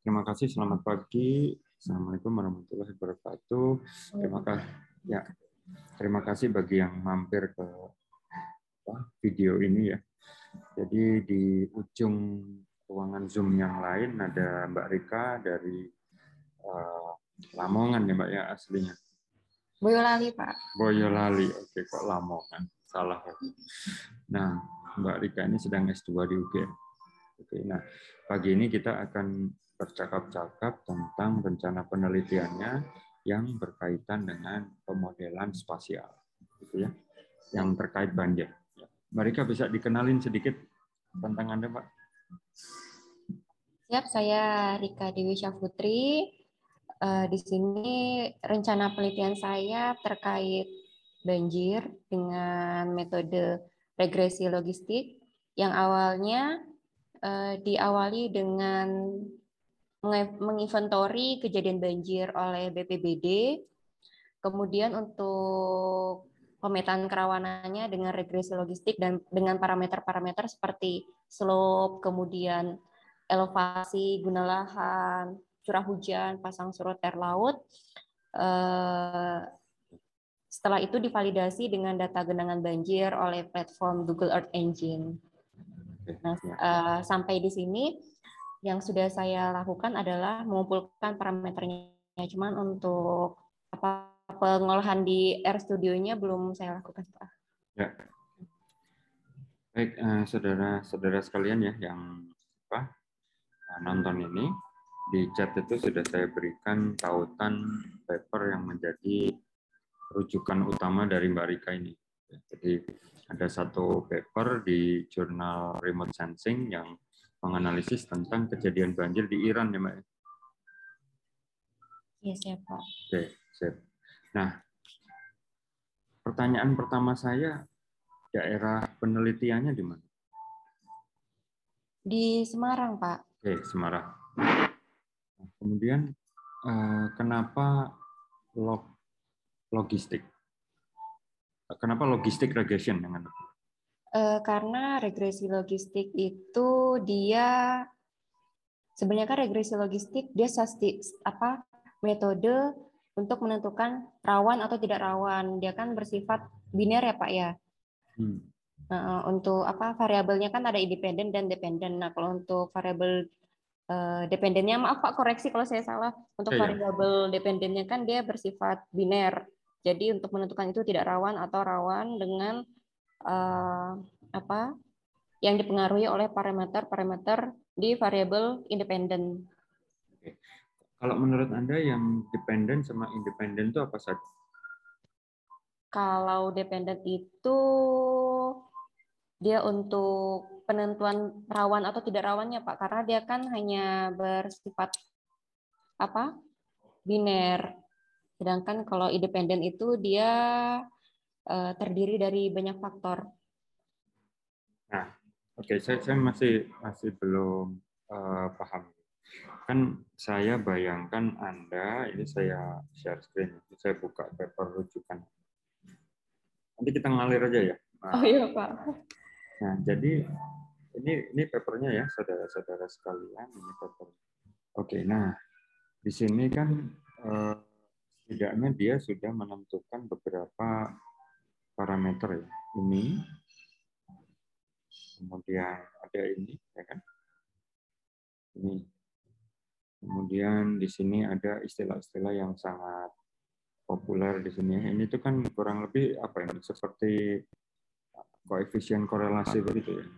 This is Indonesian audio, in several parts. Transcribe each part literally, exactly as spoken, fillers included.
Terima kasih, selamat pagi. Assalamualaikum warahmatullahi wabarakatuh. Terima kasih. Ya, terima kasih bagi yang mampir ke video ini ya. Jadi di ujung ruangan Zoom yang lain ada Mbak Rika dari uh, Lamongan ya Mbak ya aslinya. Boyolali Pak. Boyolali, oke kok Lamongan, salah. Nah, Mbak Rika ini sedang S dua di U G M. Oke, nah pagi ini kita akan bercakap-cakap tentang rencana penelitiannya yang berkaitan dengan pemodelan spasial, gitu ya, yang terkait banjir. Mbak Rika bisa dikenalin sedikit tentang Anda, Pak? Siap, saya Rika Dewi Syafutri. Uh, di sini rencana penelitian saya terkait banjir dengan metode regresi logistik yang awalnya uh, diawali dengan menginventori kejadian banjir oleh B P B D. Kemudian untuk pemetaan kerawanannya dengan regresi logistik dan dengan parameter-parameter seperti slope, kemudian elevasi, guna lahan, curah hujan, pasang surut air laut. Setelah itu divalidasi dengan data genangan banjir oleh platform Google Earth Engine. Nah, uh, sampai di sini yang sudah saya lakukan adalah mengumpulkan parameternya. Cuman untuk apa pengolahan di RStudionya belum saya lakukan, Pak. Ya. Baik, uh, saudara-saudara sekalian ya yang apa, nonton ini, di chat itu sudah saya berikan tautan paper yang menjadi rujukan utama dari Mbak Rika ini. Jadi ada satu paper di jurnal Remote Sensing yang menganalisis tentang kejadian banjir di Iran ya Mbak. Iya siap Pak. Oke, siap. Nah, pertanyaan pertama saya, daerah penelitiannya di mana? Di Semarang Pak. Oke, Semarang. Nah, kemudian kenapa log logistik? Kenapa logistik regression dengan itu? Uh, karena regresi logistik itu dia sebenarnya kan regresi logistik dia sasti, apa metode untuk menentukan rawan atau tidak rawan. Dia kan bersifat biner ya Pak ya. Hmm. Nah, untuk apa variabelnya kan ada independen dan dependen. Nah kalau untuk variabel uh, dependennya, maaf Pak koreksi kalau saya salah. Untuk ya, variabel ya. Dependennya kan dia bersifat biner. Jadi untuk menentukan itu tidak rawan atau rawan dengan uh, apa yang dipengaruhi oleh parameter-parameter di variabel independen. Oke. Kalau menurut Anda yang dependen sama independen itu apa saja? Kalau dependen itu dia untuk penentuan rawan atau tidak rawannya Pak, karena dia kan hanya bersifat apa? Biner. Sedangkan kalau independen itu dia uh, terdiri dari banyak faktor. Nah, oke, okay, saya, saya masih masih belum uh, paham. Kan saya bayangkan Anda, ini saya share screen, saya buka paper rujukan. Nanti kita ngalir aja ya. Nah, oh iya Pak. Nah, jadi ini ini papernya ya, saudara-saudara sekalian, ini paper. Oke, nah di sini kan eh, setidaknya dia sudah menentukan beberapa parameter ya. Ini, kemudian ada ini, ya kan? Ini. Kemudian di sini ada istilah-istilah yang sangat populer di sini. Ini tuh kan kurang lebih apa ini? Seperti koefisien korelasi begitu ya.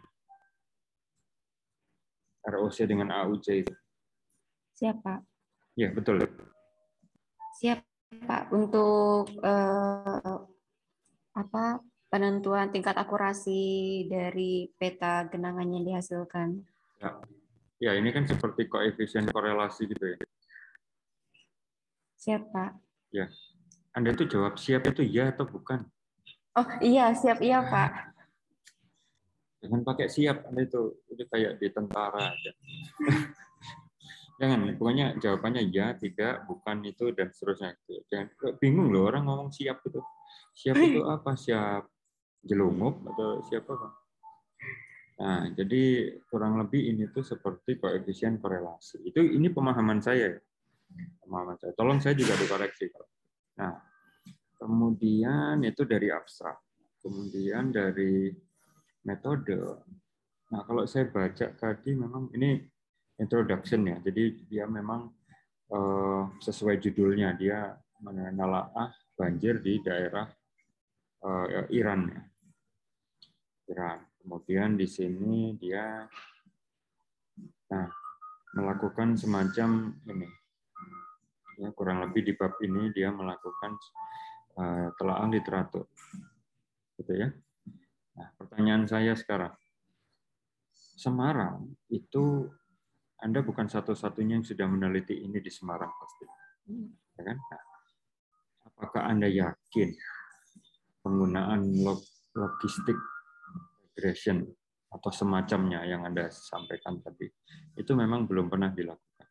R O C dengan A U C itu. Siap Pak. Ya betul. Siap Pak untuk eh, apa penentuan tingkat akurasi dari peta genangan yang dihasilkan. Ya. Ya, ini kan seperti koefisien korelasi gitu ya. Siap, Pak. Ya. Anda itu jawab siap itu ya atau bukan? Oh, iya, siap iya, Pak. Jangan pakai siap, Anda itu itu kayak di tentara aja. Jangan, pokoknya jawabannya ya, tidak, bukan itu dan seterusnya. Jangan bingung loh orang ngomong siap itu. Siap itu apa? Siap jelungup atau siapa, Pak? Nah, jadi kurang lebih ini tuh seperti koefisien korelasi. Itu ini pemahaman saya. Pemahaman saya. Tolong saya juga dikoreksi. Nah, kemudian itu dari abstrak. Kemudian dari metode. Nah, kalau saya baca tadi memang ini introduction ya. Jadi dia memang eh, sesuai judulnya, dia menelaah banjir di daerah eh, Iran ya. Iran. Kemudian di sini dia nah, melakukan semacam ini. Ya, kurang lebih di bab ini dia melakukan uh, telaah literatur. Gitu ya. Nah, pertanyaan saya sekarang. Semarang itu Anda bukan satu-satunya yang sudah meneliti ini di Semarang pasti. Ya kan? Nah, apakah Anda yakin penggunaan log logistik regression atau semacamnya yang Anda sampaikan tadi itu memang belum pernah dilakukan?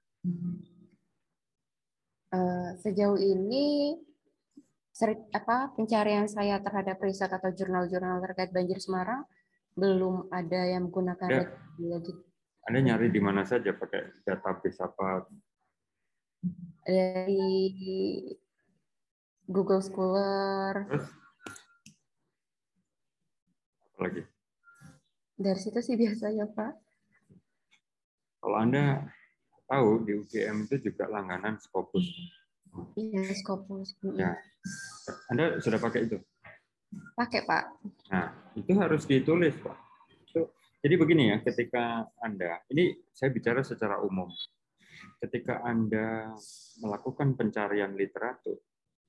Uh, sejauh ini seri, apa pencarian saya terhadap riset atau jurnal-jurnal terkait banjir Semarang belum ada yang menggunakan Anda, lagi. Anda nyari di mana saja pakai database apa? Dari Google Scholar. Terus apa lagi? Dari situ sih biasanya, Pak. Kalau Anda tahu di U G M itu juga langganan Scopus. Iya, Scopus. Ya, Anda sudah pakai itu? Pakai, Pak. Nah, itu harus ditulis, Pak. Itu, jadi begini ya, ketika Anda, ini saya bicara secara umum, ketika Anda melakukan pencarian literatur,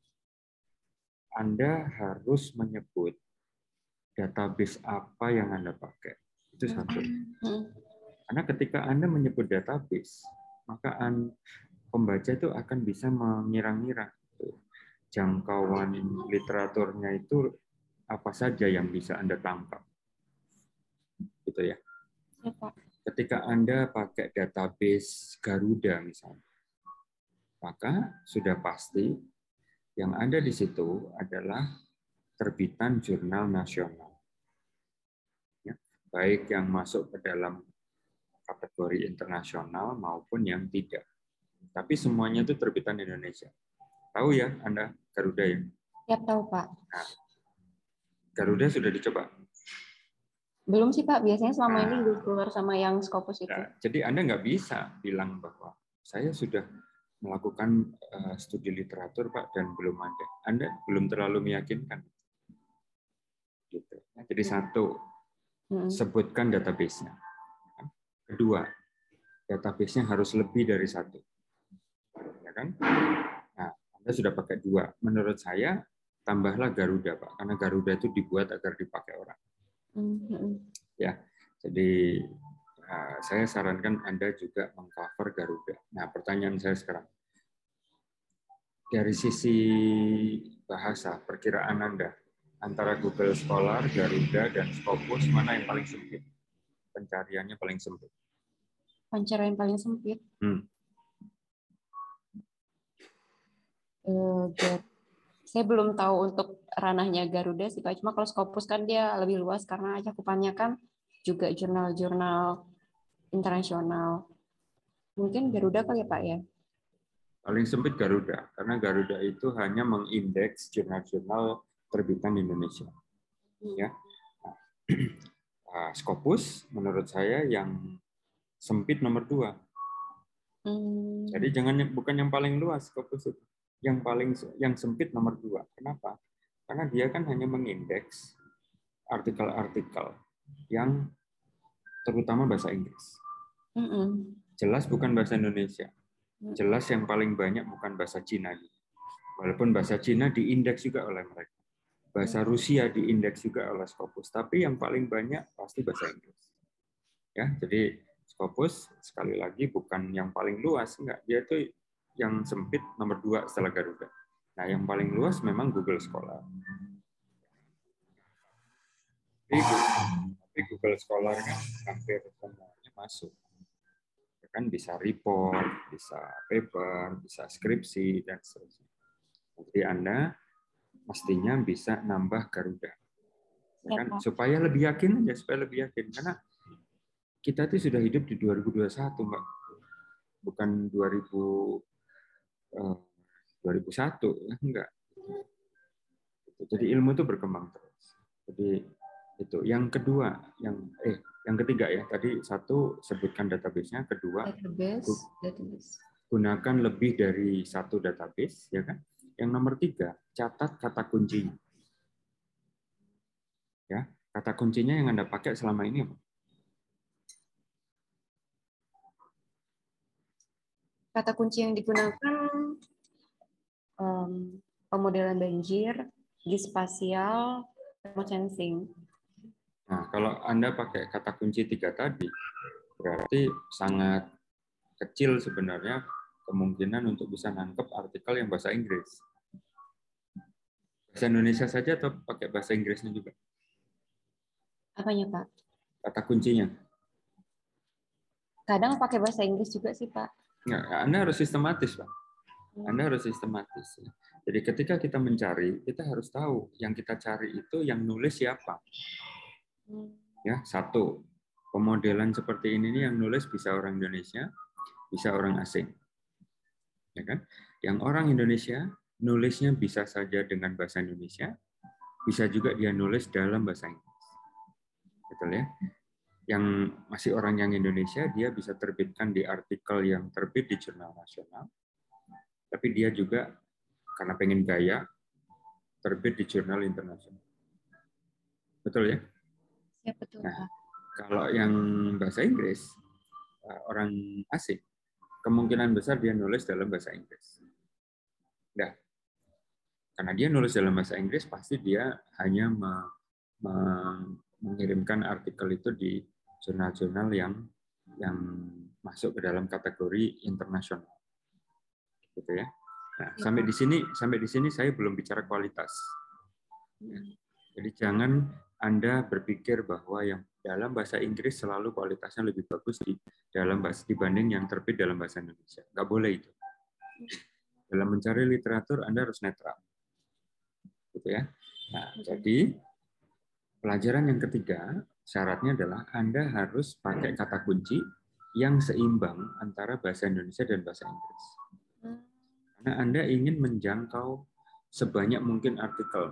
Anda harus menyebut database apa yang Anda pakai. Itu satu. Karena ketika Anda menyebut database, maka pembaca itu akan bisa mengira-ngira jangkauan literaturnya itu apa saja yang bisa Anda tangkap. Gitu ya. Ketika Anda pakai database Garuda misalnya, maka sudah pasti yang ada di situ adalah terbitan jurnal nasional. Ya, baik yang masuk ke dalam kategori internasional maupun yang tidak. Tapi semuanya itu terbitan Indonesia. Tahu ya Anda Garuda ya? Ya, tahu, Pak. Nah, Garuda sudah dicoba? Belum sih, Pak. Biasanya selama Nah, ini gue keluar sama yang Scopus itu. Ya, jadi Anda nggak bisa bilang bahwa saya sudah melakukan uh, studi literatur, Pak, dan belum ada. Anda belum terlalu meyakinkan. Gitu. Nah, jadi satu, hmm. sebutkan database-nya. Kedua, database-nya harus lebih dari satu. Ya kan? Nah, Anda sudah pakai dua. Menurut saya, tambahlah Garuda, Pak, karena Garuda itu dibuat agar dipakai orang. Hmm. Ya, jadi Nah, saya sarankan Anda juga mengcover Garuda. Nah, pertanyaan saya sekarang, dari sisi bahasa, perkiraan Anda antara Google Scholar, Garuda, dan Scopus, mana yang paling sempit? Pencariannya paling sempit. Pencarian paling sempit? Hmm. Uh, saya belum tahu untuk ranahnya Garuda sih, Pak. Cuma kalau Scopus kan dia lebih luas karena cakupannya kan juga jurnal-jurnal internasional. Mungkin Garuda kali ya, Pak ya? Paling sempit Garuda, karena Garuda itu hanya mengindeks jurnal-jurnal terbitan Indonesia. Ya. Nah, Scopus menurut saya yang sempit nomor dua. Hmm. Jadi jangan bukan yang paling luas Scopus itu. Yang paling yang sempit nomor dua. Kenapa? Karena dia kan hanya mengindeks artikel-artikel yang terutama bahasa Inggris. Jelas bukan bahasa Indonesia. Jelas yang paling banyak bukan bahasa Cina. Walaupun bahasa Cina diindeks juga oleh mereka. Bahasa Rusia diindeks juga oleh Scopus. Tapi yang paling banyak pasti bahasa Inggris. Ya, jadi Scopus sekali lagi bukan yang paling luas, enggak. Dia itu yang sempit nomor dua setelah Garuda. Nah, yang paling luas memang Google Scholar. Tapi Google Scholar kan hampir semuanya masuk. Kan bisa report, bisa paper, bisa skripsi, dan seterusnya. Jadi Anda mestinya bisa nambah Garuda. Ya kan? Supaya lebih yakin aja, supaya lebih yakin. Karena kita itu sudah hidup di dua ribu dua puluh satu, Mbak. Bukan dua ribu, uh, dua ribu satu, enggak. Jadi ilmu itu berkembang terus. Jadi itu. Yang kedua, yang eh yang ketiga ya. Tadi satu sebutkan database-nya, kedua Database, database. gunakan lebih dari satu database, ya kan? Yang nomor tiga, catat kata kuncinya. Ya, kata kuncinya yang Anda pakai selama ini apa? Kata kunci yang digunakan um, pemodelan banjir, geospasial, remote sensing. Nah, kalau Anda pakai kata kunci tiga tadi, berarti sangat kecil sebenarnya kemungkinan untuk bisa nangkep artikel yang bahasa Inggris. Bahasa Indonesia saja atau pakai bahasa Inggrisnya juga? Apanya, Pak? Kata kuncinya. Kadang pakai bahasa Inggris juga sih, Pak. Nggak, Anda harus sistematis, Pak. Anda harus sistematis. Jadi ketika kita mencari, kita harus tahu yang kita cari itu yang nulis siapa. Ya, satu, pemodelan seperti ini yang nulis bisa orang Indonesia, bisa orang asing. Ya kan? Yang orang Indonesia nulisnya bisa saja dengan bahasa Indonesia, bisa juga dia nulis dalam bahasa Inggris. Betul ya? Yang masih orang yang Indonesia, dia bisa terbitkan di artikel yang terbit di jurnal nasional, tapi dia juga karena pengen gaya, terbit di jurnal internasional. Betul ya? Ya, betul, Nah, Pak. kalau yang bahasa Inggris, orang asing, kemungkinan besar dia nulis dalam bahasa Inggris. Nah, karena dia nulis dalam bahasa Inggris, pasti dia hanya me, me, mengirimkan artikel itu di jurnal-jurnal yang yang masuk ke dalam kategori internasional, gitu ya. Nah, ya, sampai Pak. di sini sampai di sini saya belum bicara kualitas. Ya. Jadi jangan Anda berpikir bahwa yang dalam bahasa Inggris selalu kualitasnya lebih bagus di dalam bahasa dibanding yang terbit dalam bahasa Indonesia. Nggak boleh itu. Dalam mencari literatur Anda harus netral, gitu ya. Nah, jadi pelajaran yang ketiga syaratnya adalah Anda harus pakai kata kunci yang seimbang antara bahasa Indonesia dan bahasa Inggris. Karena Anda ingin menjangkau sebanyak mungkin artikel.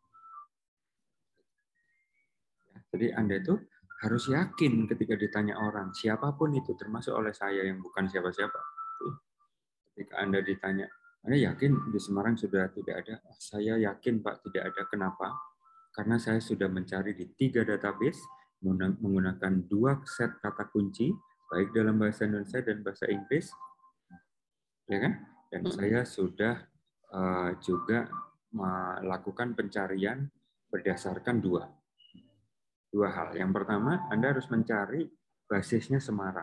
Jadi Anda itu harus yakin ketika ditanya orang, siapapun itu, termasuk oleh saya yang bukan siapa-siapa. Ketika Anda ditanya, Anda yakin di Semarang sudah tidak ada? Saya yakin Pak tidak ada. Kenapa? Karena saya sudah mencari di tiga database, menggunakan dua set kata kunci, baik dalam bahasa Indonesia dan bahasa Inggris, ya kan? Dan saya sudah uh, juga melakukan pencarian berdasarkan dua dua hal. Yang pertama, Anda harus mencari basisnya Semarang.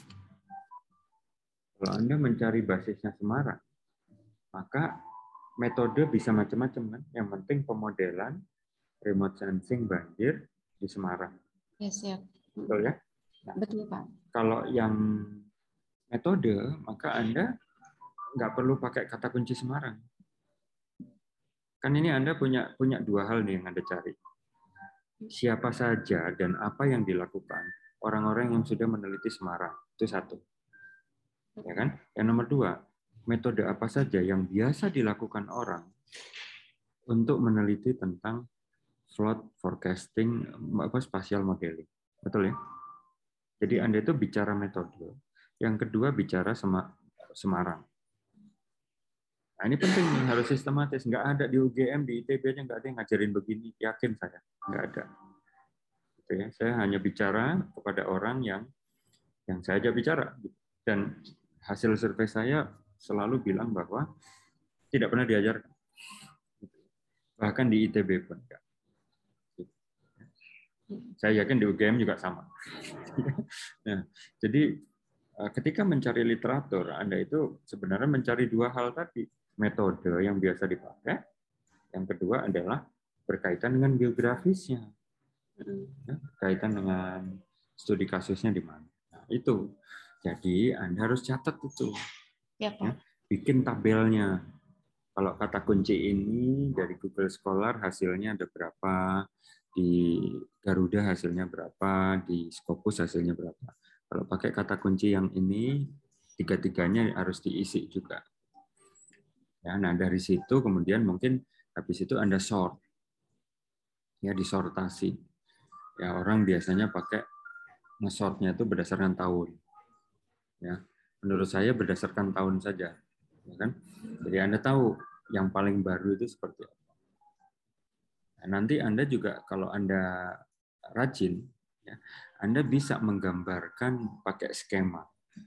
Kalau Anda mencari basisnya Semarang, maka metode bisa macam-macam kan. Yang penting pemodelan remote sensing banjir di Semarang. Yes, ya. Betul ya? Nah, betul, Pak. Kalau yang metode, maka Anda nggak perlu pakai kata kunci Semarang. Kan ini Anda punya punya dua hal nih yang Anda cari. Siapa saja dan apa yang dilakukan orang-orang yang sudah meneliti Semarang. Itu satu. Ya kan? Yang nomor dua, metode apa saja yang biasa dilakukan orang untuk meneliti tentang flood forecasting, apa spatial modeling. Betul ya? Jadi Anda itu bicara metode. Yang kedua bicara Semarang. Nah, ini penting nih, harus sistematis. Nggak ada di U G M, di I T B-nya nggak ada yang ngajarin begini. Yakin saya, nggak ada. Gitu ya. Saya hanya bicara kepada orang yang yang saya ajak bicara. Dan hasil survei saya selalu bilang bahwa tidak pernah diajarkan. Bahkan di I T B pun enggak. Saya yakin di U G M juga sama. Nah, jadi ketika mencari literatur, Anda itu sebenarnya mencari dua hal tadi. Metode yang biasa dipakai. Yang kedua adalah berkaitan dengan geografisnya. Berkaitan dengan studi kasusnya di mana. Nah, itu. Jadi Anda harus catat itu. Ya, Pak. Ya, bikin tabelnya. Kalau kata kunci ini dari Google Scholar hasilnya ada berapa, di Garuda hasilnya berapa, di Scopus hasilnya berapa. Kalau pakai kata kunci yang ini, tiga-tiganya harus diisi juga. Ya, nah dari situ kemudian mungkin habis itu Anda sort, ya disortasi. Ya orang biasanya pakai nge-sortnya itu berdasarkan tahun. Ya, menurut saya berdasarkan tahun saja, ya kan? Jadi Anda tahu yang paling baru itu seperti apa. Nah, nanti Anda juga kalau Anda rajin, ya, Anda bisa menggambarkan pakai skema,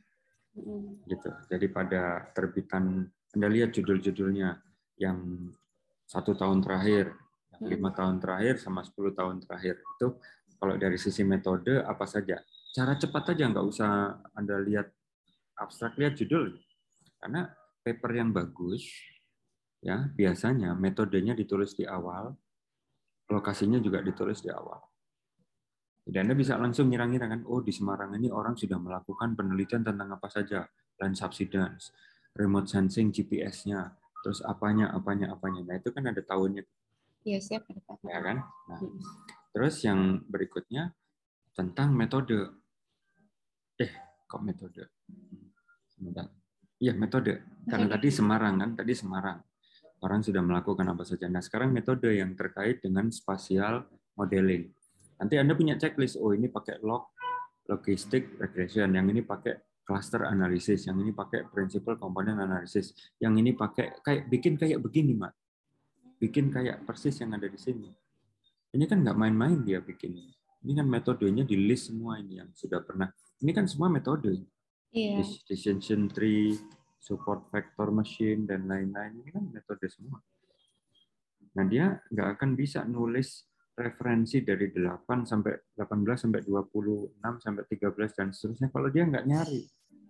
gitu. Jadi pada terbitan Anda lihat judul-judulnya yang satu tahun terakhir, yang lima tahun terakhir, sama sepuluh tahun terakhir itu kalau dari sisi metode apa saja. Cara cepat aja, nggak usah Anda lihat abstrak, lihat judul. Karena paper yang bagus, ya biasanya metodenya ditulis di awal, lokasinya juga ditulis di awal. Dan Anda bisa langsung ngira-ngira kan, oh di Semarang ini orang sudah melakukan penelitian tentang apa saja, land subsidence, remote sensing G P S-nya, terus apanya, apanya, apanya. Nah itu kan ada tahunnya. Iya, siap. Ya kan? Nah, terus yang berikutnya tentang metode. Eh, kok metode? Sebentar. Iya, metode. Karena tadi Semarang kan, tadi Semarang. Orang sudah melakukan apa saja. Nah, sekarang metode yang terkait dengan spatial modeling. Nanti Anda punya checklist, oh ini pakai log, logistic regression, yang ini pakai cluster analysis, yang ini pakai principal component analysis, yang ini pakai kayak bikin kayak begini, Mak. Bikin kayak persis yang ada di sini. Ini kan nggak main-main dia bikin. Ini kan metodenya di list semua ini yang sudah pernah. Ini kan semua metode. Iya. Decision tree, support vector machine, dan lain-lain. Ini kan metode semua. Nah, dia nggak akan bisa nulis referensi dari delapan sampai delapan belas sampai dua puluh enam sampai tiga belas dan seterusnya kalau dia nggak nyari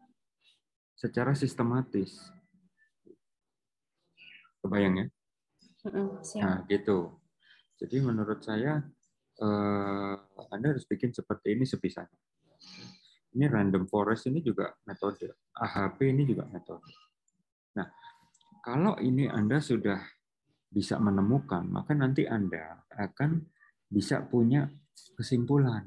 secara sistematis. Kebayang ya? Nah, gitu. Jadi menurut saya eh, Anda harus bikin seperti ini sebisanya. Ini random forest ini juga metode. A H P ini juga metode. Nah, kalau ini Anda sudah bisa menemukan, maka nanti Anda akan bisa punya kesimpulan.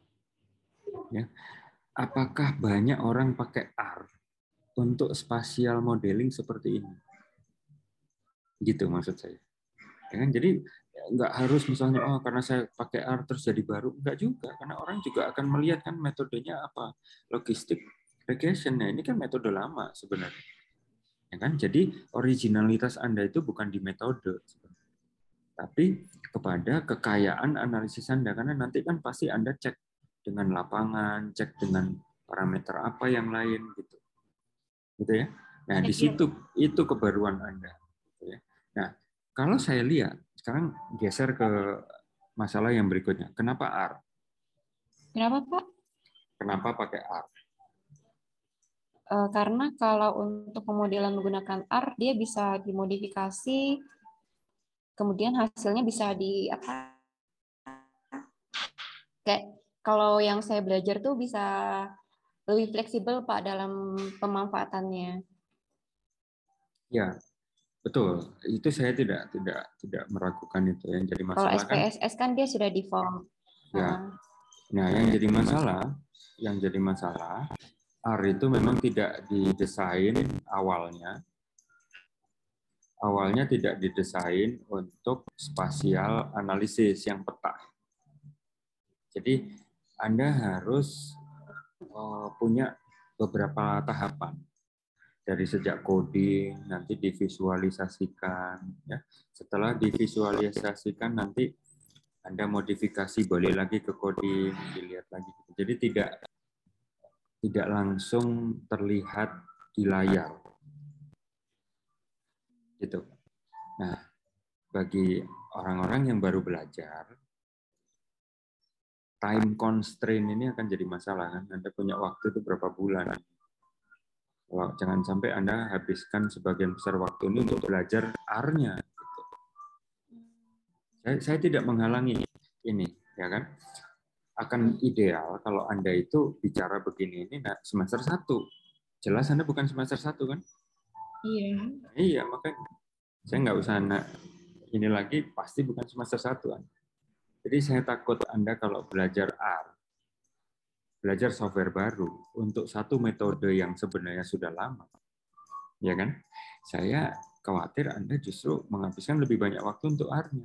Ya, apakah banyak orang pakai R untuk spatial modeling seperti ini? Gitu maksud saya. Ya kan? Jadi nggak harus misalnya oh karena saya pakai R terus jadi baru, nggak juga, karena orang juga akan melihat kan metodenya apa, logistik regression. Nah, ini kan metode lama sebenarnya. Ya kan? Jadi originalitas Anda itu bukan di metode, tapi kepada kekayaan analisis Anda, karena nanti kan pasti Anda cek dengan lapangan, cek dengan parameter apa yang lain gitu. Gitu ya. Nah, di situ itu kebaruan Anda, gitu ya. Nah, kalau saya lihat sekarang geser ke masalah yang berikutnya. Kenapa R? Kenapa, Pak? Kenapa pakai R? Karena kalau untuk pemodelan menggunakan R, dia bisa dimodifikasi, kemudian hasilnya bisa di apa? Kayak kalau yang saya belajar tuh bisa lebih fleksibel Pak dalam pemanfaatannya. Ya, betul. Itu saya tidak tidak tidak meragukan itu. Yang jadi masalah Kalau kan? S P S S kan dia sudah default. Ya. Nah, yang jadi masalah, yang jadi masalah, R itu memang tidak didesain awalnya. Awalnya tidak didesain untuk spasial analisis yang peta. Jadi Anda harus punya beberapa tahapan. Dari sejak coding, nanti divisualisasikan. Ya. Setelah divisualisasikan, nanti Anda modifikasi, boleh lagi ke coding, dilihat lagi. Jadi tidak tidak langsung terlihat di layar. Gitu. Nah, bagi orang-orang yang baru belajar, time constraint ini akan jadi masalah kan. Anda punya waktu itu berapa bulan. Kalau jangan sampai Anda habiskan sebagian besar waktu ini untuk belajar R-nya. Gitu. Saya, saya tidak menghalangi ini, ya kan? Akan ideal kalau Anda itu bicara begini ini semester satu. Jelas Anda bukan semester satu kan? Iya. Nah, iya, makanya saya nggak usah anak ini lagi, pasti bukan semester satu. Jadi saya takut Anda kalau belajar R, belajar software baru untuk satu metode yang sebenarnya sudah lama, ya kan? Saya khawatir Anda justru menghabiskan lebih banyak waktu untuk R-nya.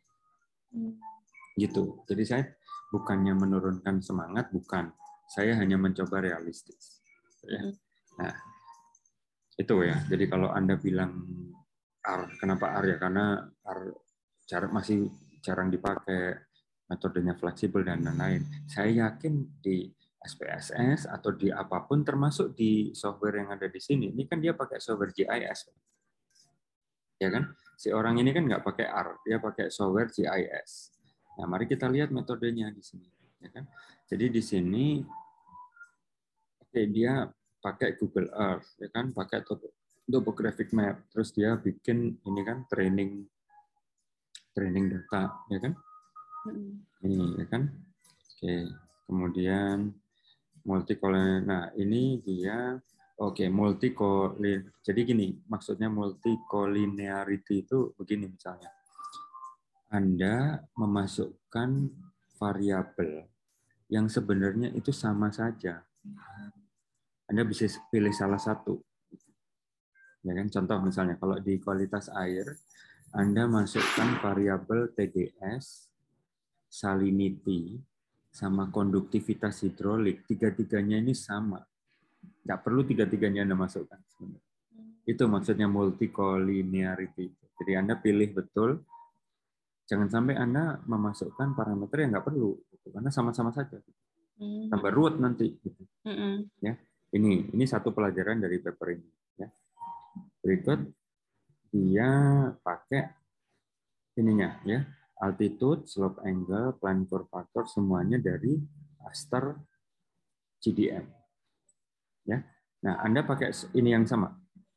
Gitu. Jadi saya bukannya menurunkan semangat, bukan. Saya hanya mencoba realistis. Ya. Nah, itu ya. Jadi kalau Anda bilang R, kenapa R ya? Karena R cara masih jarang dipakai, metodenya fleksibel dan lain-lain. Saya yakin di S P S S atau di apapun, termasuk di software yang ada di sini, ini kan dia pakai software G I S, ya kan? Si orang ini kan nggak pakai R, dia pakai software G I S. Nah, mari kita lihat metodenya di sini, ya kan? Jadi di sini, oke, okay, dia pakai Google Earth, ya kan? Pakai topographic map, terus dia bikin ini kan training training data, ya kan? Ini, ya kan? Oke, kemudian multicollinear. Nah, ini dia oke, okay, multicollinear. Jadi gini, maksudnya multicollinearity itu begini misalnya. Anda memasukkan variabel yang sebenarnya itu sama saja. Anda bisa pilih salah satu. Ya kan? Contoh misalnya kalau di kualitas air, Anda masukkan variabel T D S, salinity, sama konduktivitas hidrolik, tiga-tiganya ini sama. Nggak perlu tiga-tiganya Anda masukkan. Itu maksudnya multicollinearity. Jadi Anda pilih betul, jangan sampai Anda memasukkan parameter yang nggak perlu, karena sama-sama saja. Tambah ruwet nanti. Ya, ini ini satu pelajaran dari paper ini. Ya. Berikut dia pakai ininya, ya, altitude, slope angle, plane curvature, semuanya dari raster G D M. Ya. Nah, Anda pakai ini yang sama.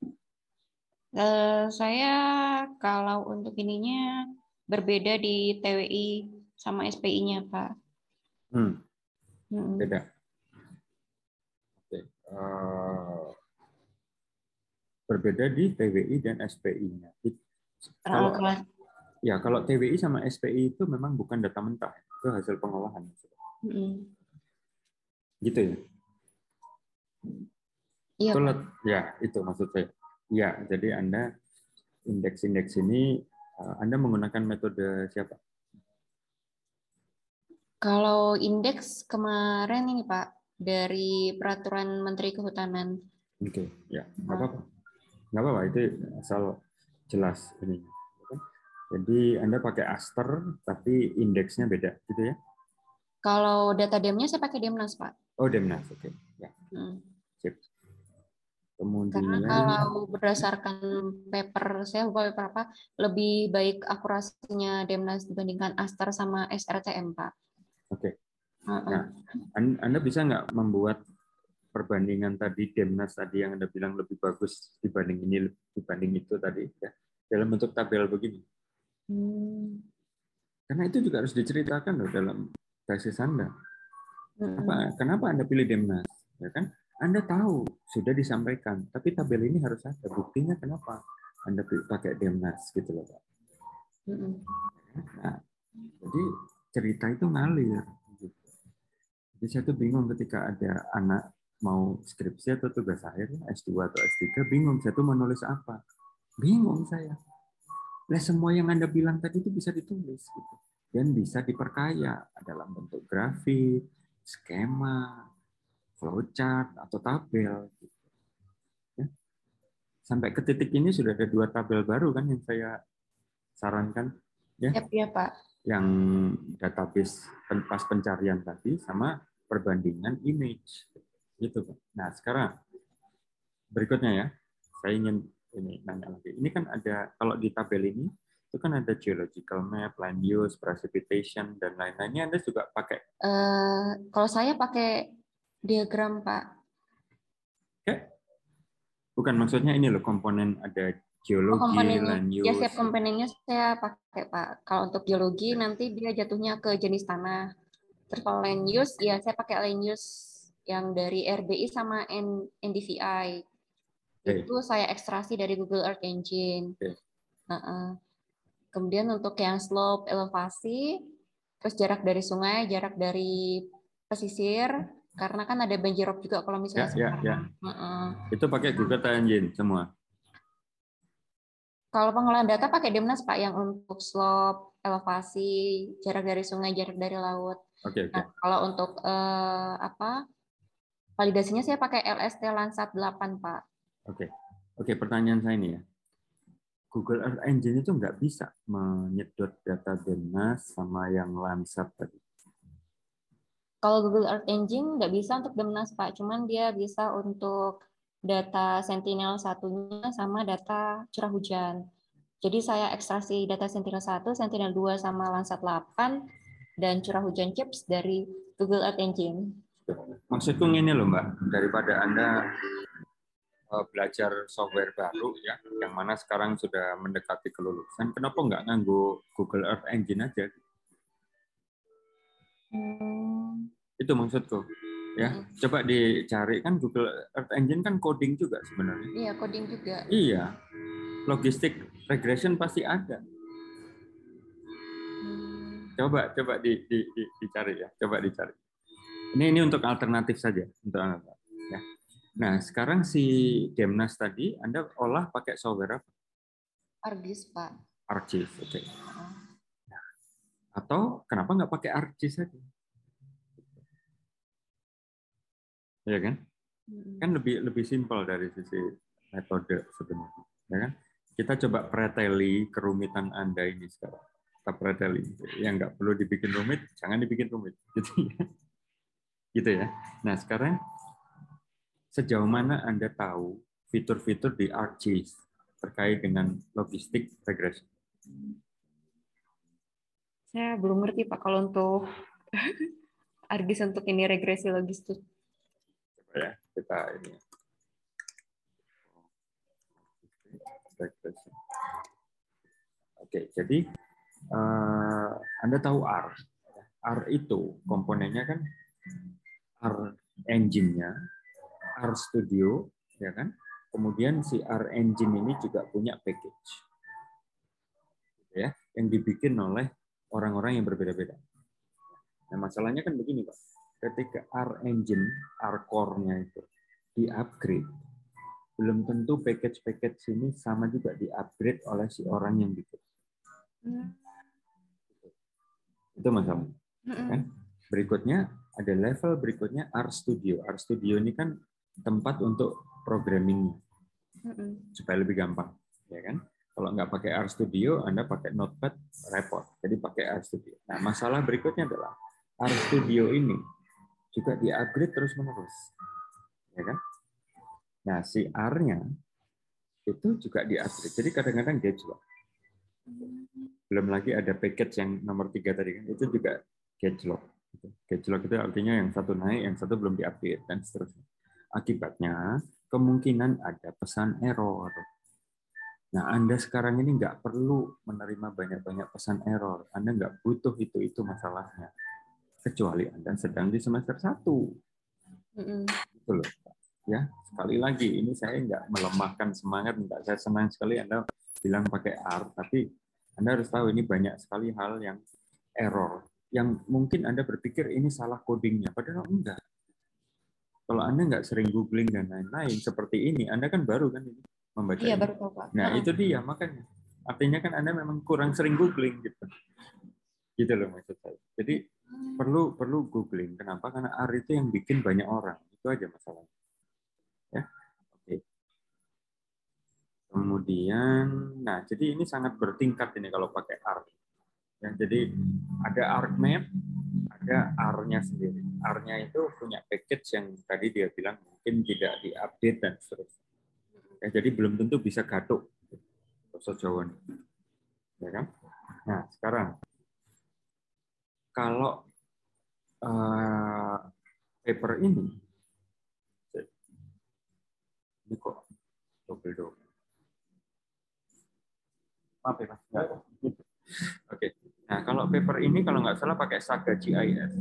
Uh, saya kalau untuk ininya berbeda di T W I sama S P I-nya, Pak. Hmm. Hmm. Beda. Oke. Uh, berbeda di T W I dan S P I-nya. Kalau uh, ya kalau T W I sama S P I itu memang bukan data mentah, itu hasil pengolahan. Hmm. Gitu ya. Iya, Betul, Pak. ya, itu maksud saya. Ya, jadi Anda indeks-indeks ini Anda menggunakan metode siapa? Kalau indeks kemarin ini Pak dari Peraturan Menteri Kehutanan. Oke, okay. Ya, nggak apa-apa, nggak apa-apa, itu asal jelas ini. Jadi Anda pakai Aster, tapi indeksnya beda, gitu ya? Kalau data demnya saya pakai Demnas Pak. Oh, Demnas, oke. Okay. Ya. Hmm. Sip. Kemudian, karena kalau berdasarkan paper saya lupa paper apa, lebih baik akurasinya Demnas dibandingkan Aster sama S R T M Pak. Oke. Okay. Nah, Anda bisa nggak membuat perbandingan tadi Demnas tadi yang Anda bilang lebih bagus dibanding ini dibanding itu tadi ya dalam bentuk tabel begini? Hmm. Karena itu juga harus diceritakan loh dalam tesis Anda. Apa, kenapa Anda pilih Demnas? Ya kan? Anda tahu sudah disampaikan, tapi tabel ini harus ada buktinya kenapa Anda pakai Demnas gitu loh Pak. Nah, jadi cerita itu ngalir. Gitu. Jadi saya tuh bingung ketika ada anak mau skripsi atau tugas akhir S dua atau S tiga, bingung saya tuh menulis apa. Bingung saya. Nah, semua yang Anda bilang tadi itu bisa ditulis gitu. Dan bisa diperkaya dalam bentuk grafik, skema, flowchart atau tabel gitu. Ya. Sampai ke titik ini sudah ada dua tabel baru kan yang saya sarankan ya. Yep, ya, Pak. Yang database pas pencarian tadi sama perbandingan image gitu Pak. Nah, sekarang berikutnya ya. Saya ingin ini nanya lagi. Ini kan ada kalau di tabel ini itu kan ada geological map, land use, precipitation dan lain-lainnya. Anda juga pakai? Uh, kalau saya pakai diagram Pak. Oke. Bukan maksudnya ini loh komponen ada geologi, oh, land use. Ya, siap komponennya saya pakai Pak. Kalau untuk geologi nanti dia jatuhnya ke jenis tanah. Terus kalau land use ya saya pakai land use yang dari R B I sama N D V I. Okay. Itu saya ekstraksi dari Google Earth Engine. Okay. Uh -uh. Kemudian untuk yang slope elevasi terus jarak dari sungai, jarak dari pesisir, karena kan ada banjirop juga kalau Ya, misalnya ya, ya. uh-uh. Itu pakai Google Engine semua. Kalau pengolahan data pakai Demnas Pak, yang untuk slope, elevasi, jarak dari sungai, jarak dari laut. Oke, oke. Nah, kalau untuk eh, apa validasinya saya pakai L S T Landsat delapan Pak. Oke, oke. Pertanyaan saya ini ya. Google Earth Engine itu nggak bisa menyedot data Demnas sama yang Landsat tadi. Kalau Google Earth Engine nggak bisa untuk Demnas Pak, cuman dia bisa untuk data Sentinel satunya sama data curah hujan. Jadi saya ekstraksi data Sentinel satu, Sentinel dua sama Landsat delapan dan curah hujan CHIPS dari Google Earth Engine. Maksudku ini loh Mbak, daripada Anda belajar software baru ya, yang mana sekarang sudah mendekati kelulusan, kenapa nggak nganggo Google Earth Engine aja? Hmm. Itu maksudku. Ya, hmm. Coba dicari, kan Google Earth Engine kan coding juga sebenarnya. Iya, coding juga. Iya. Logistik regression pasti ada. Coba coba di, di, di, dicari ya, coba dicari. Ini ini untuk alternatif saja, untuk ya. Nah, sekarang si Demnas tadi Anda olah pakai software apa? ArcGIS, Pak. ArcGIS, oke. Okay. Nah, atau kenapa nggak pakai ArcGIS saja? Ya kan? Kan lebih lebih simpel dari sisi metode sebenarnya, ya kan? Kita coba preteli kerumitan Anda ini sekarang. Kita preteli, yang nggak perlu dibikin rumit, jangan dibikin rumit, gitu ya. Gitu ya. Nah sekarang sejauh mana Anda tahu fitur-fitur di ArcGIS terkait dengan logistik regression? Saya belum ngerti Pak kalau untuk ArcGIS untuk ini regresi logistik. Coba ya kita ini. Regression. Oke, jadi uh, Anda tahu R. R itu komponennya kan R engine-nya, R Studio, ya kan? Kemudian si R engine ini juga punya package, ya, yang dibikin oleh orang-orang yang berbeda-beda. Nah, masalahnya kan begini, Pak. Ketika R engine, R core-nya itu di-upgrade, belum tentu package-package ini sama juga di-upgrade oleh si orang yang bikin. Hmm. Itu masalahnya. Kan? Berikutnya ada level berikutnya R Studio. R Studio ini kan tempat untuk programming supaya lebih gampang, ya kan? Kalau nggak pakai R Studio, Anda pakai Notepad repot. Jadi pakai R Studio. Nah, masalah berikutnya adalah R Studio ini juga di-upgrade terus-menerus, ya kan? Nah, si R-nya itu juga di-upgrade. Jadi kadang-kadang dia juga. Belum lagi ada package yang nomor tiga tadi kan, itu juga gauge-log. Gauge-log itu artinya yang satu naik, yang satu belum di-update, dan seterusnya. Akibatnya, kemungkinan ada pesan error. Nah, Anda sekarang ini nggak perlu menerima banyak-banyak pesan error. Anda nggak butuh itu-itu masalahnya. Kecuali Anda sedang di semester satu. Mm-hmm. Itu loh. Ya, sekali lagi, ini saya nggak melemahkan semangat, enggak. Saya senang sekali Anda bilang pakai R, tapi Anda harus tahu ini banyak sekali hal yang error, yang mungkin Anda berpikir ini salah codingnya, padahal enggak. Kalau Anda nggak sering googling dan lain-lain seperti ini, Anda kan baru kan ini membaca iya, ini. baru tahu, Pak. Nah, uh-huh. Itu dia makanya. Artinya kan Anda memang kurang sering googling gitu. Gitu loh maksud saya. Jadi hmm. perlu perlu googling. Kenapa? Karena R itu yang bikin banyak orang. Itu aja masalahnya. Ya. Oke. Kemudian, nah jadi ini sangat bertingkat ini kalau pakai R. Ya, jadi ada ArcMap, ada R-nya sendiri. R-nya itu punya package yang tadi dia bilang mungkin tidak diupdate dan seterusnya. Ya, jadi belum tentu bisa gaduh bahasa Jawa. Ya kan? Nah sekarang kalau uh, paper ini, ini kok double double. Maaf ya, Mas. Oke. Okay. Nah, kalau paper ini kalau nggak salah pakai Saga G I S.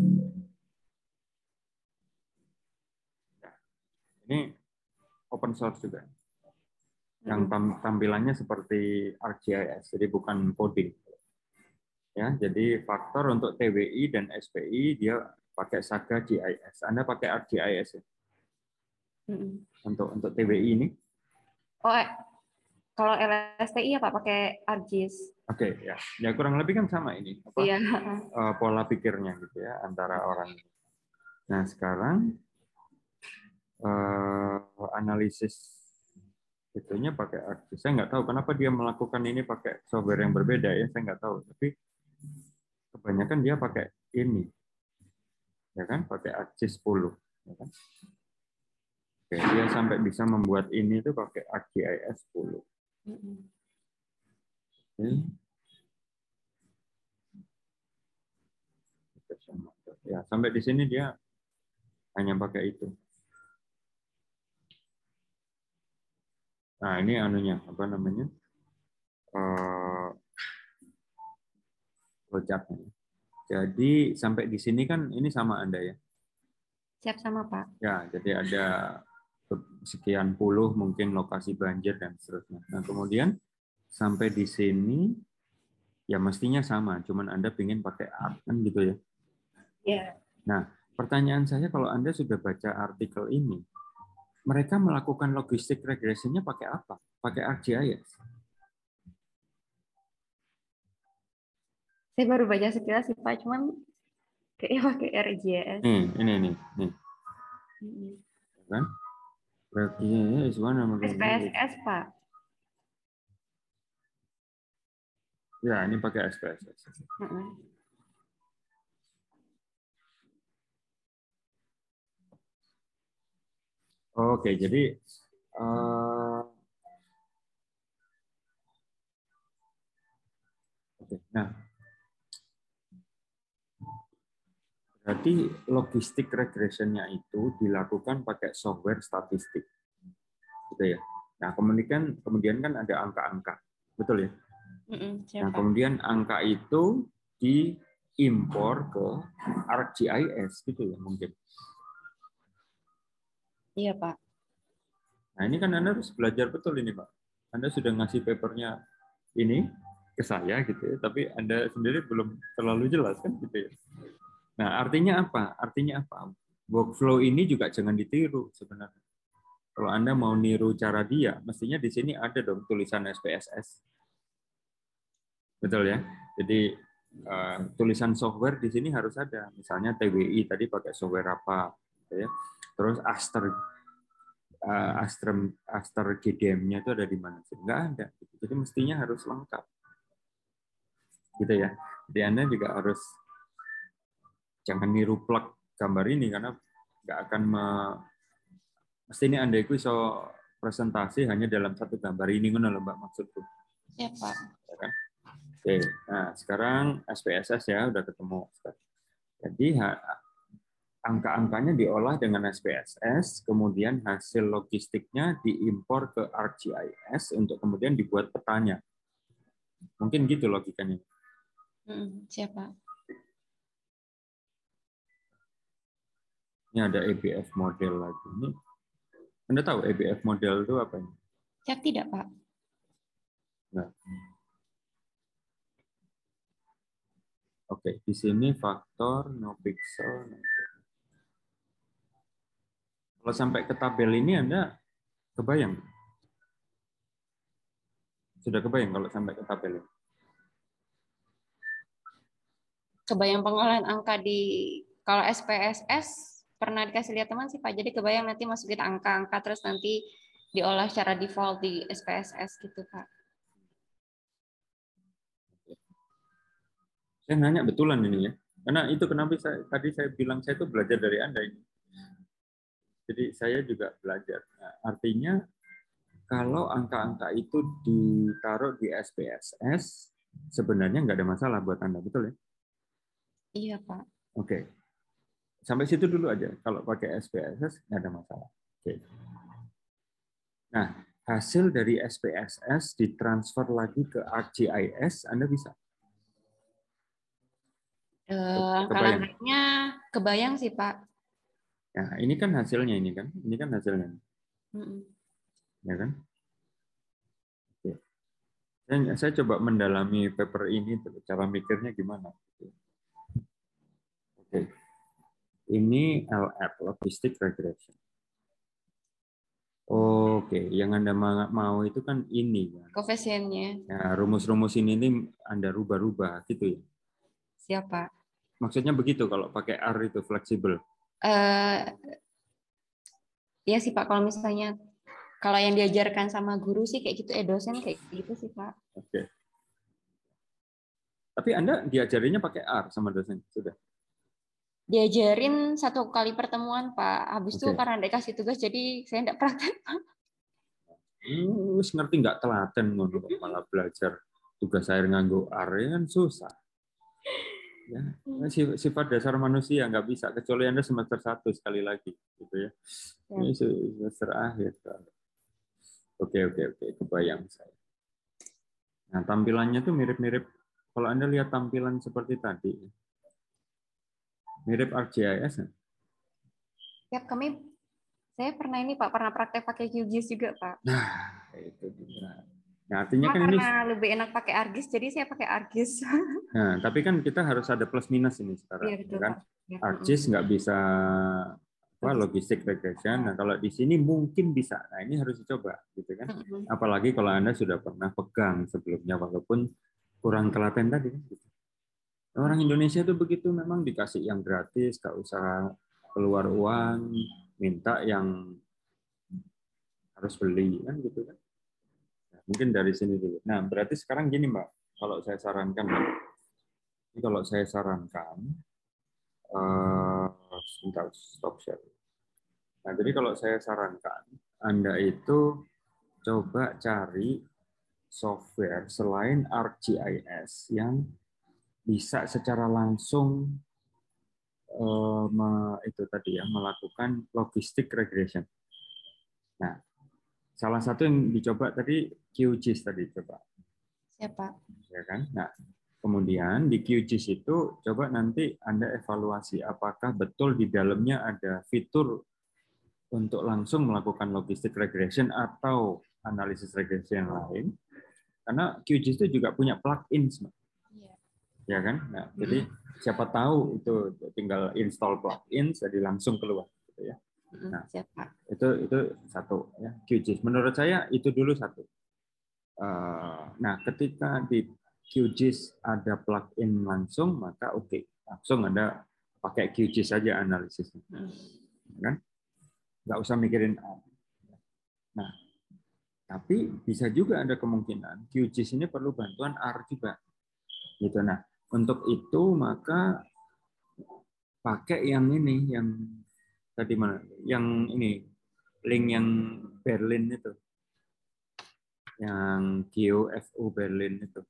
Nah, ini open source juga. Yang tampilannya seperti ArcGIS, jadi bukan coding. Ya, jadi faktor untuk T W I dan S P I dia pakai Saga G I S. Anda pakai ArcGIS ya? Mm-mm. Untuk untuk T W I ini? Oh, eh, kalau L S T I ya Pak pakai ArcGIS. Oke, ya. Ya kurang lebih kan sama ini, apa? Iya. eh, pola pikirnya gitu ya antara orang ini. Nah, sekarang eh, analisis itunya pakai ArcGIS. Saya nggak tahu kenapa dia melakukan ini pakai software yang berbeda ya, saya nggak tahu. Tapi kebanyakan dia pakai ini, ya kan? Pakai ArcGIS sepuluh, ya kan? Oke, dia sampai bisa membuat ini tuh pakai ArcGIS sepuluh. Oke. Ya, sampai di sini dia hanya pakai itu. Nah, ini anunya, apa namanya? Eh, flowchart-nya. Jadi sampai di sini kan ini sama Anda ya. Siap sama Pak. Ya, jadi ada sekian puluh mungkin lokasi banjir dan seterusnya. Nah, kemudian sampai di sini ya mestinya sama, cuman Anda ingin pakai art kan gitu ya. Iya. Nah, pertanyaan saya kalau Anda sudah baca artikel ini, mereka melakukan logistik regresinya pakai apa? Pakai ArcGIS. Saya baru baca sekilas sih Pak, cuman kayaknya pakai ArcGIS. Nih, ini nih, nih, Mm-mm. kan? ArcGIS is one of the- S P S S Pak. Ya, ini pakai S P S S. Mm-mm. Oke, jadi eh, oke. Nah, berarti logistik regressionnya itu dilakukan pakai software statistik, gitu ya. Nah, kemudian kemudian kan ada angka-angka, betul ya. Mm-mm. Siap Nah, Pak. kemudian angka itu diimpor ke ArcGIS, gitu ya mungkin. Iya Pak. Nah, ini kan Anda harus belajar betul ini, Pak. Anda sudah ngasih papernya ini ke saya, gitu ya, tapi Anda sendiri belum terlalu jelas, kan, gitu ya. Nah, artinya apa? Artinya apa? Workflow ini juga jangan ditiru sebenarnya. Kalau Anda mau niru cara dia, mestinya di sini ada dong tulisan S P S S. Betul ya? Jadi uh, tulisan software di sini harus ada. Misalnya T W I tadi pakai software apa, gitu ya. Terus Aster uh, Aster Aster G D M-nya itu ada di mana? Enggak ada. Jadi mestinya harus lengkap. Gitu ya. Jadi Anda juga harus jangan niru plug gambar ini karena nggak akan me, mesti ini Anda itu iso presentasi hanya dalam satu gambar ini ngono lho Mbak maksudku. Siap Pak. Ya kan? Oke, nah sekarang S P S S ya udah ketemu. Jadi angka-angkanya diolah dengan S P S S, kemudian hasil logistiknya diimpor ke ArcGIS untuk kemudian dibuat petanya. Mungkin gitu logikanya. Mm-mm. Siap Pak. Ini ada A B F model lagi. Ini, Anda tahu A B F model itu apa ini? Siap tidak Pak? Nah, oke, di sini faktor no pixel. No. Kalau sampai ke tabel ini Anda kebayang? Sudah kebayang kalau sampai ke tabel ini? Kebayang pengolahan angka di kalau S P S S pernah dikasih lihat teman sih Pak. Jadi kebayang nanti masukin angka-angka terus nanti diolah secara default di S P S S gitu Pak. Saya nanya betulan ini ya. Karena itu kenapa saya, tadi saya bilang saya itu belajar dari Anda ini. Jadi saya juga belajar. Nah, artinya kalau angka-angka itu ditaruh di S P S S, sebenarnya nggak ada masalah buat Anda, betul ya? Iya Pak. Oke. Sampai situ dulu aja. Kalau pakai S P S S, nggak ada masalah. Oke. Nah, hasil dari S P S S ditransfer lagi ke ArcGIS, Anda bisa. Eh, kalau Kebayang? angkanya kebayang sih Pak. Nah, ini kan hasilnya ini kan. Ini kan hasilnya. Mm-mm. Ya kan? Oke. Saya, saya coba mendalami paper ini, cara mikirnya gimana. Oke, ini L R, Logistic Regression. Oke, yang Anda mau itu kan ini. Koefisiennya. Nah, rumus-rumus ini, ini Anda rubah-rubah gitu ya? Siapa? Maksudnya begitu kalau pakai R itu fleksibel? Uh, ya sih Pak, kalau misalnya kalau yang diajarkan sama guru sih kayak gitu, eh dosen kayak gitu sih Pak. Oke. Tapi Anda diajarinya pakai R sama dosen? Sudah? Diajarin satu kali pertemuan Pak. Habis itu Oke. karena dikasih tugas jadi saya enggak praktek Pak. Hmm, ngerti nggak telaten ngono malah belajar tugas air nganggo R ya kan susah. Ya, sifat dasar manusia nggak bisa kecuali Anda semester satu sekali lagi gitu ya. Ini semester akhir. Oke oke oke kebayang saya. Nah tampilannya tuh mirip-mirip kalau Anda lihat tampilan seperti tadi mirip ArcGIS. Ya kami saya pernah ini Pak pernah praktek pakai Q G I S juga Pak. Nah itu juga. Nah, artinya Cuma kan karena ini lebih enak pakai ArcGIS jadi saya pakai ArcGIS. nah, tapi kan kita harus ada plus minus ini sekarang, Iya betul kan? Pak. Ya, ArcGIS nggak bisa apa logistik regression. Nah, kalau di sini mungkin bisa. Nah, ini harus dicoba, gitu kan? Apalagi kalau Anda sudah pernah pegang sebelumnya, walaupun kurang telaten tadi. Gitu. Orang Indonesia tuh begitu, memang dikasih yang gratis, nggak usah keluar uang, minta yang harus beli, kan gitu kan? Nah, mungkin dari sini dulu. Nah, berarti sekarang gini, Mbak, kalau saya sarankan, Mbak. Ini kalau saya sarankan, uh, sebentar, stop share. Nah, jadi kalau saya sarankan, Anda itu coba cari software selain ArcGIS yang bisa secara langsung uh, me, itu tadi ya melakukan logistic regression. Nah, salah satu yang dicoba tadi Q G I S tadi coba. Siapa? Ya kan? Nah, kemudian di Q G I S itu coba nanti Anda evaluasi apakah betul di dalamnya ada fitur untuk langsung melakukan logistic regression atau analisis regression yang lain. Karena Q G I S itu juga punya plugins, Iya. Ya kan? Nah, hmm. Jadi siapa tahu itu tinggal install plugin jadi langsung keluar gitu ya. Nah, siapa? itu itu satu ya Q G I S. Menurut saya itu dulu satu. Nah, ketika di Q G I S ada plugin langsung, maka oke, okay. langsung Anda pakai Q G I S saja analisisnya. Kan? Nggak usah mikirin. Nah, tapi bisa juga ada kemungkinan Q G I S ini perlu bantuan R juga. Gitu. Nah, untuk itu maka pakai yang ini, yang tadi mana? Yang ini, link yang Berlin itu. Yang Q F U Berlin itu.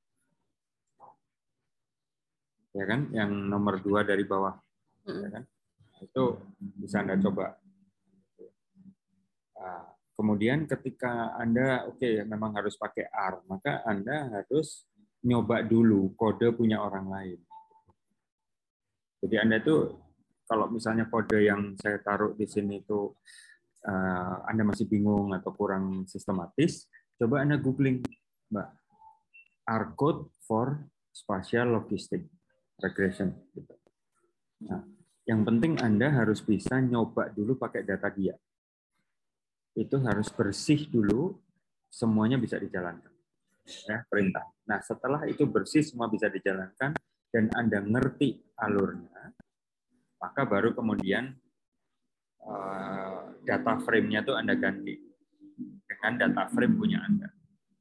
Ya kan? Yang nomor dua dari bawah. Ya kan? Itu bisa Anda coba. Nah, kemudian ketika Anda oke okay, memang harus pakai R, maka Anda harus nyoba dulu kode punya orang lain. Jadi Anda itu kalau misalnya kode yang saya taruh di sini itu uh, Anda masih bingung atau kurang sistematis, coba Anda googling, Mbak, R code for spatial logistic regression. Nah, yang penting Anda harus bisa nyoba dulu pakai data dia. Itu harus bersih dulu, semuanya bisa dijalankan. Ya, perintah. Nah, setelah itu bersih, semua bisa dijalankan, dan Anda ngerti alurnya, maka baru kemudian data frame-nya itu Anda ganti dengan data frame punya Anda.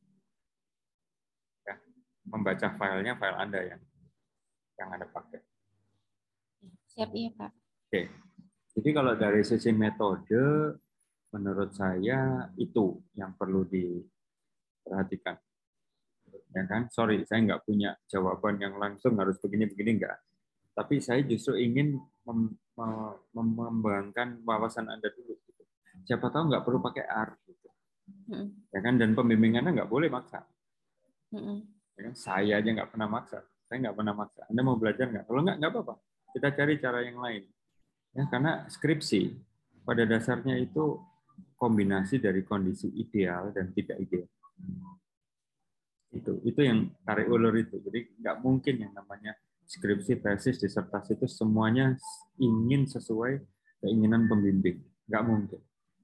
Ya, membaca filenya, file Anda yang yang Anda pakai. Siap, iya Pak. Oke. Jadi kalau dari sisi metode, menurut saya itu yang perlu diperhatikan. Ya kan? Sorry, saya nggak punya jawaban yang langsung harus begini-begini nggak. Tapi saya justru ingin mem mengembangkan wawasan Anda dulu. Gitu. Siapa tahu nggak perlu pakai R. Gitu. Hmm. Ya kan? Dan pembimbingannya nggak boleh maksa. Hmm. Ya kan? Saya aja nggak pernah maksa. Saya nggak pernah maksa. Anda mau belajar nggak? Kalau nggak, nggak apa-apa. Kita cari cara yang lain. Ya, karena skripsi pada dasarnya itu kombinasi dari kondisi ideal dan tidak ideal. Itu itu yang tarik ulur itu. Jadi nggak mungkin yang namanya skripsi, tesis, disertasi itu semuanya ingin sesuai keinginan pembimbing. Nggak mungkin.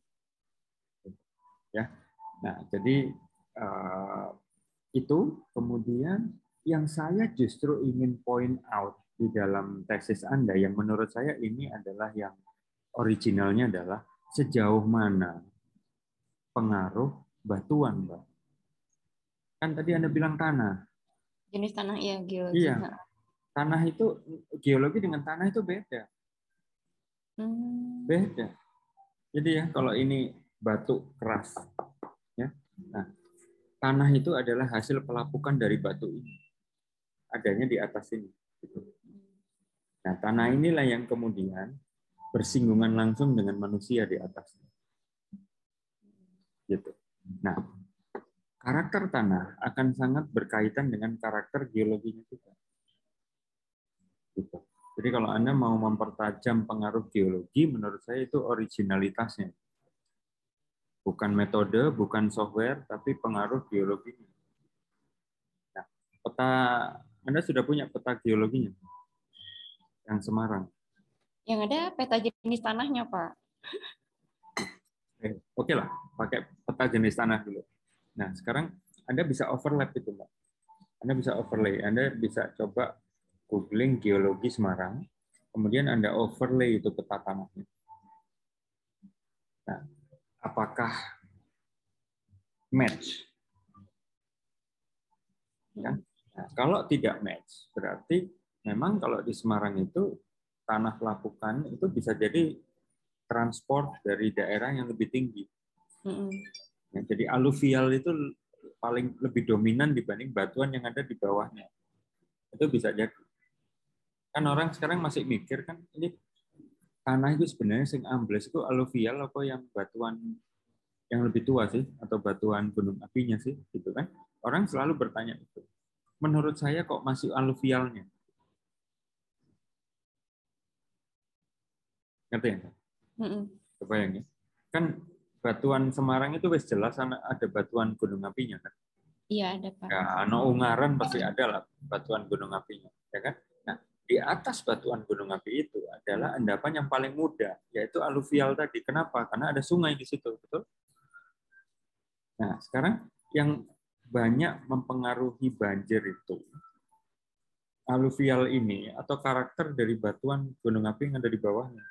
Ya. Nah, jadi uh, itu kemudian yang saya justru ingin point out di dalam tesis Anda yang menurut saya ini adalah yang originalnya adalah sejauh mana pengaruh batuan, Mbak. Kan tadi Anda bilang tanah. Jenis tanah ya geologi. Iya. Tanah itu, geologi dengan tanah itu beda. Hmm. Beda. Jadi ya, kalau ini batu keras, ya. Nah, tanah itu adalah hasil pelapukan dari batu ini. Adanya di atas ini. Nah, tanah inilah yang kemudian bersinggungan langsung dengan manusia di atasnya. Gitu. Nah, karakter tanah akan sangat berkaitan dengan karakter geologinya juga. Gitu. Jadi kalau Anda mau mempertajam pengaruh geologi, menurut saya itu originalitasnya. Bukan metode, bukan software, tapi pengaruh geologinya. Nah, peta, Anda sudah punya peta geologinya? Yang Semarang? Yang ada peta jenis tanahnya, Pak. Eh, Oke lah, pakai peta jenis tanah dulu. Nah, sekarang Anda bisa overlap itu, Mbak. Anda bisa overlay. Anda bisa coba googling geologi Semarang, kemudian Anda overlay itu peta tanahnya. Nah, apakah match? Ya? Nah, kalau tidak match, berarti memang kalau di Semarang itu tanah lapukan itu bisa jadi transport dari daerah yang lebih tinggi. Mm-mm. Ya, jadi aluvial itu paling lebih dominan dibanding batuan yang ada di bawahnya. Itu bisa jadi. Kan orang sekarang masih mikir kan ini tanah itu sebenarnya sing ambles itu aluvial apa yang batuan yang lebih tua sih atau batuan gunung apinya sih gitu kan. Orang selalu bertanya itu. Menurut saya kok masih aluvialnya. Ngerti ya? Mm-mm. Kebayang ya? Kan batuan Semarang itu wis jelas ada batuan gunung apinya kan. Iya, ada, Pak. Ya, ano Ungaran pasti ada lah batuan gunung apinya, ya kan? Nah, di atas batuan gunung api itu adalah endapan yang paling muda, yaitu aluvial tadi. Kenapa? Karena ada sungai di situ, betul? Nah, sekarang yang banyak mempengaruhi banjir itu aluvial ini atau karakter dari batuan gunung api yang ada di bawahnya.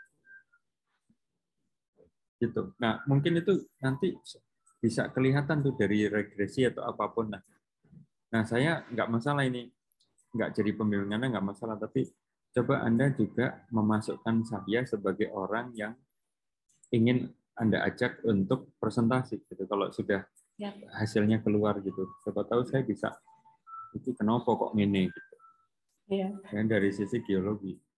Gitu. Nah, mungkin itu nanti bisa kelihatan tuh dari regresi atau apapun. Nah, nah saya nggak masalah ini, nggak jadi pembimbing Anda nggak masalah, tapi coba Anda juga memasukkan saya sebagai orang yang ingin Anda ajak untuk presentasi. Gitu. Kalau sudah Ya. hasilnya keluar gitu, siapa tahu saya bisa itu kenapa kok gini gitu. Ya. Ya, dari sisi geologi.